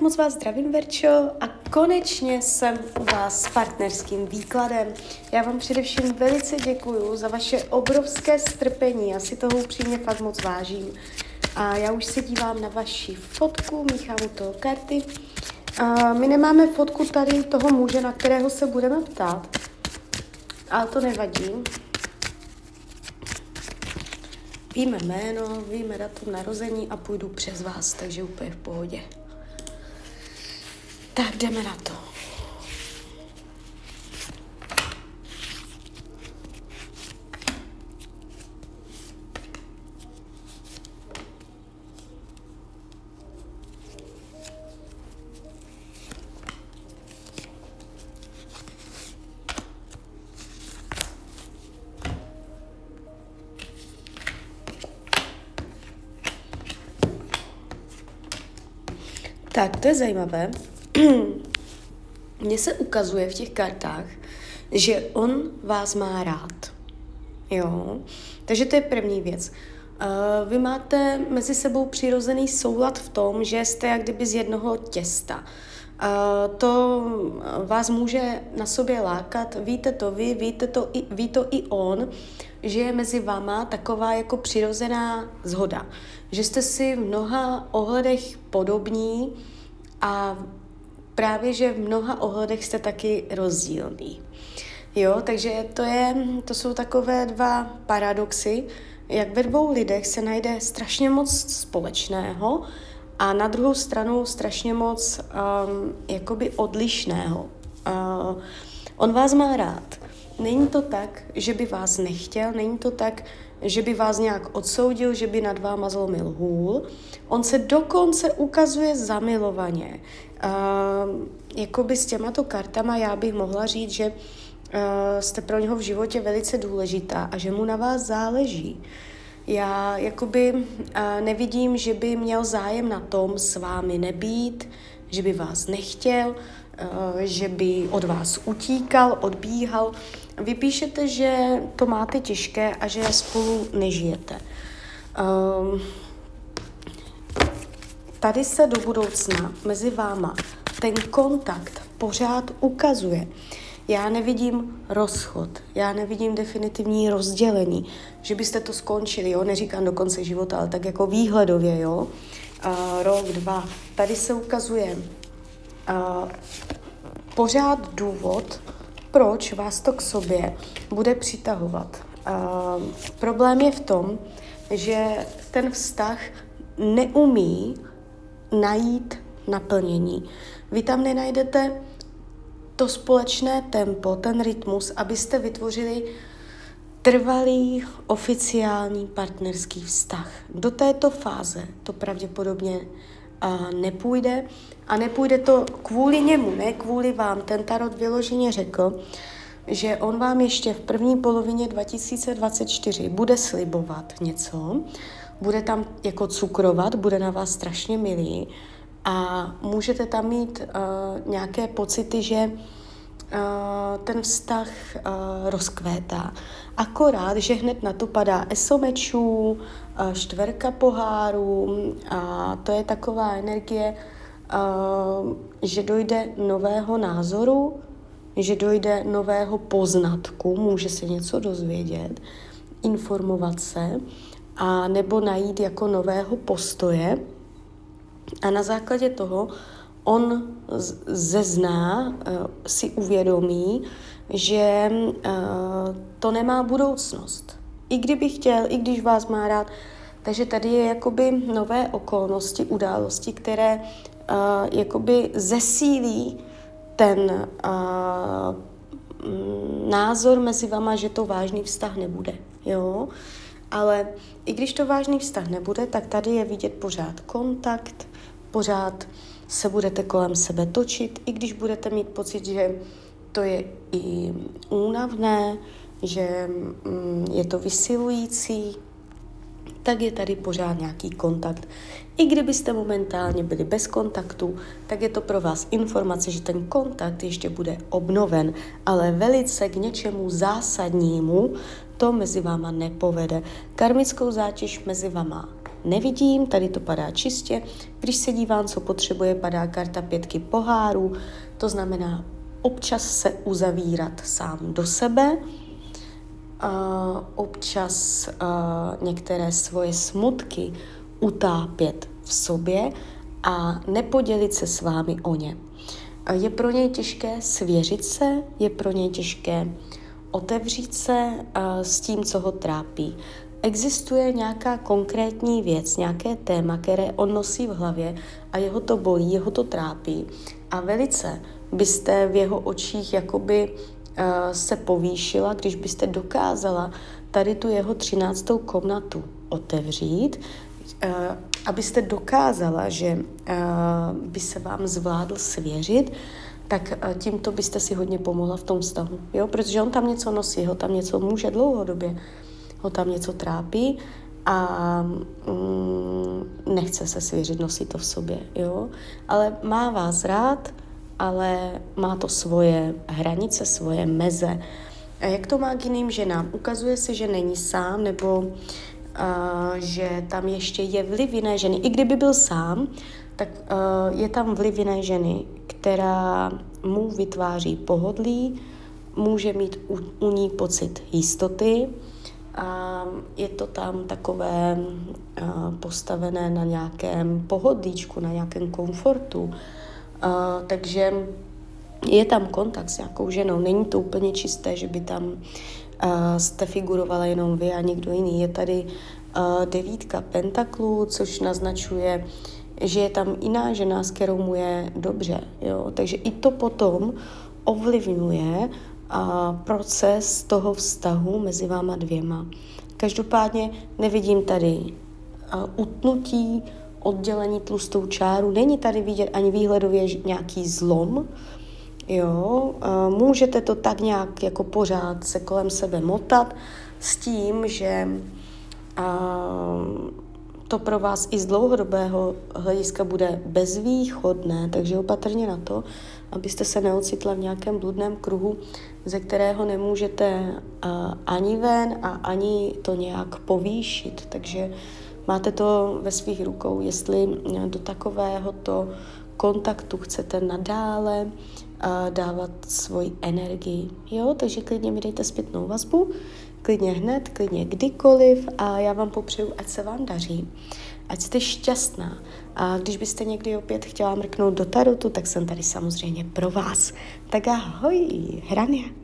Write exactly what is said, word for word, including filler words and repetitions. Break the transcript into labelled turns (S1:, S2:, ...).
S1: moc vás zdravím, Verčo, a konečně jsem u vás s partnerským výkladem. Já vám především velice děkuju za vaše obrovské strpení, já si toho upřímně fakt moc vážím. A já už se dívám na vaši fotku, míchám u toho karty. A my nemáme fotku tady toho muže, na kterého se budeme ptát, ale to nevadí. Víme jméno, víme datum narození a půjdu přes vás, takže úplně v pohodě. Tak jdeme na to. Tak, to je zajímavé. Mně se ukazuje v těch kartách, že on vás má rád. Jo? Takže to je první věc. Uh, vy máte mezi sebou přirozený soulad v tom, že jste jak kdyby z jednoho těsta. Uh, to vás může na sobě lákat, víte to vy, víte to i, ví to i on, že je mezi váma taková jako přirozená shoda. Že jste si v mnoha ohledech podobní a právě, že v mnoha ohledech jste taky rozdílný. Jo, takže to, je, to jsou takové dva paradoxy, jak ve dvou lidech se najde strašně moc společného a na druhou stranu strašně moc um, jakoby odlišného. Uh, on vás má rád. Není to tak, že by vás nechtěl, není to tak, že by vás nějak odsoudil, že by nad váma zlomil hůl. On se dokonce ukazuje zamilovaně. Uh, jakoby s těmato kartama já bych mohla říct, že uh, jste pro něho v životě velice důležitá a že mu na vás záleží. Já jakoby uh, nevidím, že by měl zájem na tom s vámi nebýt, že by vás nechtěl, uh, že by od vás utíkal, odbíhal. Vy píšete, že to máte těžké a že spolu nežijete. Um, tady se do budoucna mezi váma ten kontakt pořád ukazuje. Já nevidím rozchod, já nevidím definitivní rozdělení, že byste to skončili, jo, neříkám do konce života, ale tak jako výhledově, jo, uh, rok, dva. Tady se ukazuje uh, pořád důvod, proč vás to k sobě bude přitahovat. Uh, problém je v tom, že ten vztah neumí najít naplnění. Vy tam nenajdete to společné tempo, ten rytmus, abyste vytvořili trvalý, oficiální partnerský vztah. Do této fáze to pravděpodobně uh, nepůjde a nepůjde to kvůli němu, ne kvůli vám. Ten tarot vyloženě řekl, že on vám ještě v první polovině dva tisíce dvacet čtyři bude slibovat něco, bude tam jako cukrovat, bude na vás strašně milý a můžete tam mít uh, nějaké pocity, že uh, ten vztah uh, rozkvétá. Akorát, že hned na to padá eso mečů, uh, čtverka pohárů a to je taková energie, uh, že dojde nového názoru, že dojde nového poznatku, může se něco dozvědět, informovat se a nebo najít jako nového postoje a na základě toho on zezná, si uvědomí, že to nemá budoucnost. I kdyby chtěl, i když vás má rád, takže tady je jakoby nové okolnosti, události, které jakoby zesílí ten názor mezi vama, že to vážný vztah nebude. Jo? Ale i když to vážný vztah nebude, tak tady je vidět pořád kontakt, pořád se budete kolem sebe točit, i když budete mít pocit, že to je i únavné, že mm, je to vysilující, tak je tady pořád nějaký kontakt. I kdybyste momentálně byli bez kontaktu, tak je to pro vás informace, že ten kontakt ještě bude obnoven, ale velice k něčemu zásadnímu to mezi váma nepovede. Karmickou zátěž mezi váma nevidím, tady to padá čistě. Když se dívám, co potřebuje, padá karta pětky pohárů, to znamená občas se uzavírat sám do sebe, uh, občas uh, některé svoje smutky utápět v sobě a nepodělit se s vámi o ně. Je pro něj těžké svěřit se, je pro něj těžké otevřít se uh, s tím, co ho trápí. Existuje nějaká konkrétní věc, nějaké téma, které on nosí v hlavě a jeho to bolí, jeho to trápí. A velice byste v jeho očích jakoby uh, se povýšila, když byste dokázala tady tu jeho třináctou komnatu otevřít, uh, abyste dokázala, že uh, by se vám zvládl svěřit, tak uh, tímto byste si hodně pomohla v tom vztahu. Jo? Protože on tam něco nosí, ho tam něco může dlouhodobě, ho tam něco trápí a mm, nechce se svěřit, nosí to v sobě. Jo? Ale má vás rád, ale má to svoje hranice, svoje meze. A jak to má k jiným ženám? Ukazuje se, že není sám, nebo uh, že tam ještě je vliv jiné ženy. I kdyby byl sám, tak uh, je tam vliv jiné ženy, která mu vytváří pohodlí, může mít u, u ní pocit jistoty, a je to tam takové uh, postavené na nějakém pohodlíčku, na nějakém komfortu. Uh, takže je tam kontakt s nějakou ženou. Není to úplně čisté, že by tam uh, jste figurovala jenom vy a někdo jiný. Je tady uh, devítka pentaklů, což naznačuje, že je tam jiná žena, s kterou mu je dobře. Jo? Takže i to potom ovlivňuje a proces toho vztahu mezi váma dvěma. Každopádně nevidím tady uh, utnutí, oddělení tlustou čáru, není tady vidět ani výhledově nějaký zlom. Jo? Uh, můžete to tak nějak jako pořád se kolem sebe motat s tím, že uh, to pro vás i z dlouhodobého hlediska bude bezvýchodné, takže opatrně na to, abyste se neocitla v nějakém bludném kruhu, ze kterého nemůžete uh, ani ven a ani to nějak povýšit. Takže máte to ve svých rukou, jestli do takovéhoto kontaktu chcete nadále uh, dávat svoji energii. Jo, takže klidně mi dejte zpětnou vazbu, klidně hned, klidně kdykoliv a já vám popřeju, ať se vám daří, ať jste šťastná. A když byste někdy opět chtěla mrknout do tarotu, tak jsem tady samozřejmě pro vás. Tak ahoj, Hrania.